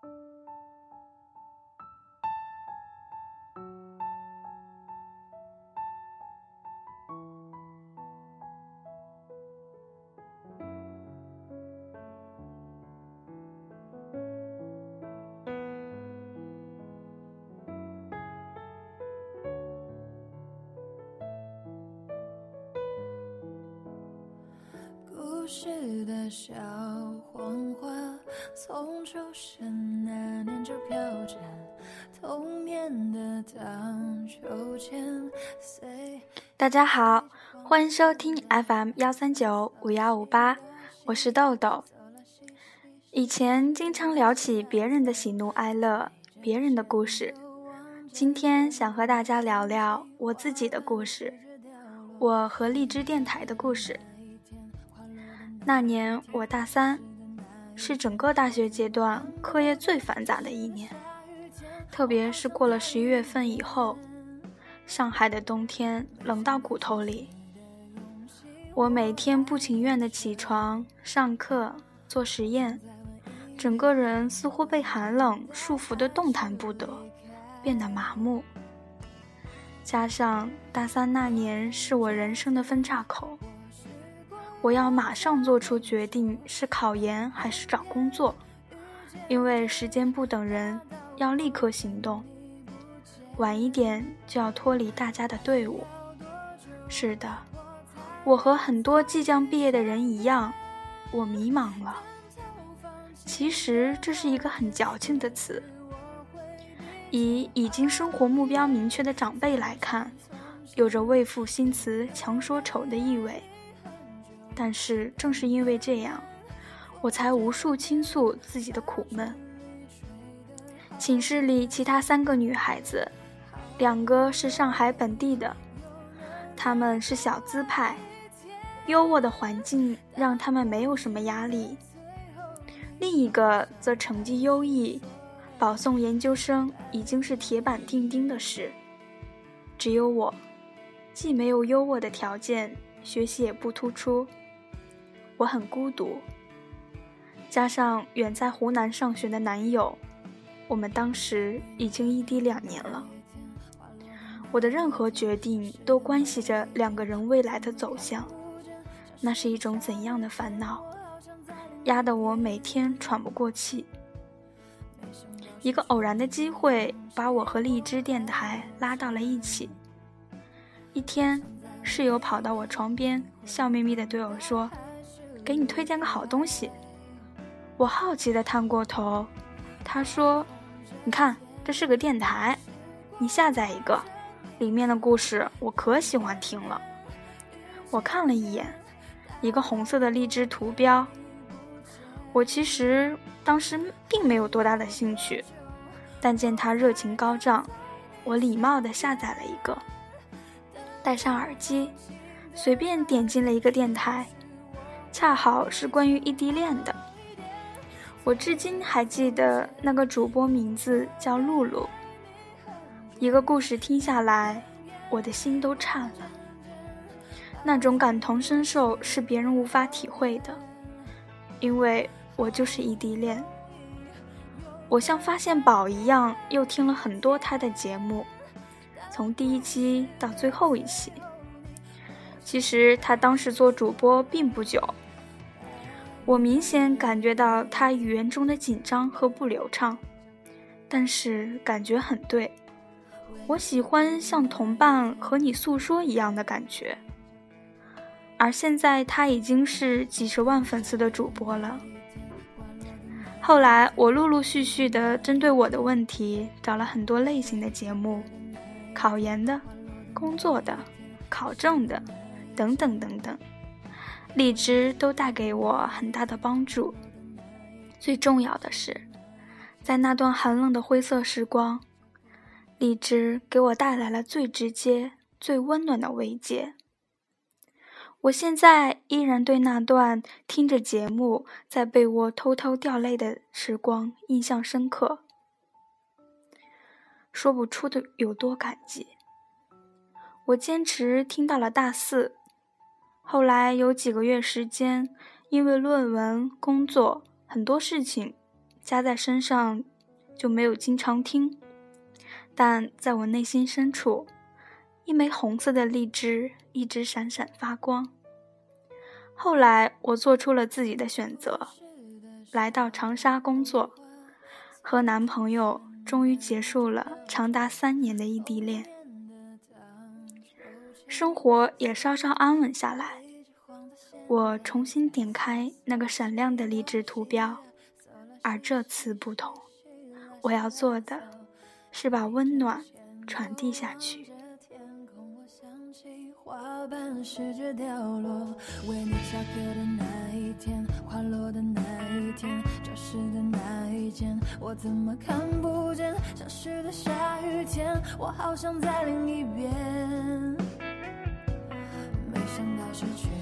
故事的小黄花，从出生那年就飘着童年的荡秋千。 大家好，欢迎收听 FM1395158，我是豆豆。以前经常聊起别人的喜怒哀乐，别人的故事，今天想和大家聊聊我自己的故事，我和荔枝电台的故事。那年我大3，是整个大学阶段课业最繁杂的一年，特别是过了11月份以后，上海的冬天冷到骨头里。我每天不情愿地起床、上课、做实验，整个人似乎被寒冷束缚得动弹不得，变得麻木。加上大3那年是我人生的分岔口，我要马上做出决定，是考研还是找工作，因为时间不等人，要立刻行动，晚一点就要脱离大家的队伍。是的，我和很多即将毕业的人一样，我迷茫了。其实这是一个很矫情的词，以已经生活目标明确的长辈来看，有着为赋新词强说愁的意味。但是正是因为这样，我才无数倾诉自己的苦闷。寝室里其他3个女孩子，2个是上海本地的，她们是小资派，优渥的环境让她们没有什么压力。另一个则成绩优异，保送研究生已经是铁板钉钉的事。只有我，既没有优渥的条件，学习也不突出，我很孤独。加上远在湖南上学的男友，我们当时已经异地2年了。我的任何决定都关系着2个人未来的走向，那是一种怎样的烦恼，压得我每天喘不过气。一个偶然的机会把我和荔枝电台拉到了一起。一天，室友跑到我床边，笑眯眯地对我说：“给你推荐个好东西。”我好奇地探过头，他说：“你看，这是个电台，你下载一个，里面的故事我可喜欢听了。”我看了一眼，一个红色的荔枝图标。我其实当时并没有多大的兴趣，但见他热情高涨，我礼貌地下载了一个，戴上耳机，随便点进了一个电台，恰好是关于异地恋的。我至今还记得那个主播名字叫露露。一个故事听下来，我的心都颤了。那种感同身受是别人无法体会的，因为我就是异地恋。我像发现宝一样，又听了很多他的节目，从第1期到最后1期。其实他当时做主播并不久，我明显感觉到他语言中的紧张和不流畅，但是感觉很对。我喜欢像同伴和你诉说一样的感觉。而现在他已经是几十万粉丝的主播了。后来我陆陆续续地针对我的问题找了很多类型的节目，考研的、工作的、考证的等等等等，荔枝都带给我很大的帮助。最重要的是，在那段寒冷的灰色时光，荔枝给我带来了最直接、最温暖的慰藉。我现在依然对那段听着节目在被窝偷偷掉泪的时光印象深刻，说不出的有多感激。我坚持听到了大4，后来有几个月时间，因为论文、工作很多事情加在身上， 就没有经常听，但在我内心深处，一枚红色的荔枝一直闪闪发光。后来我做出了自己的选择，来到长沙工作，和男朋友终于结束了长达3年的异地恋，生活也稍稍安稳下来。我重新点开那个闪亮的荔枝图标，而这次不同，我要做的是把温暖传递下去。 花瓣试着掉落，为你下课的那一天，滑落的那一天，教室的那一间，我怎么看不见消失的下雨天，我好想在另一边，没想到失去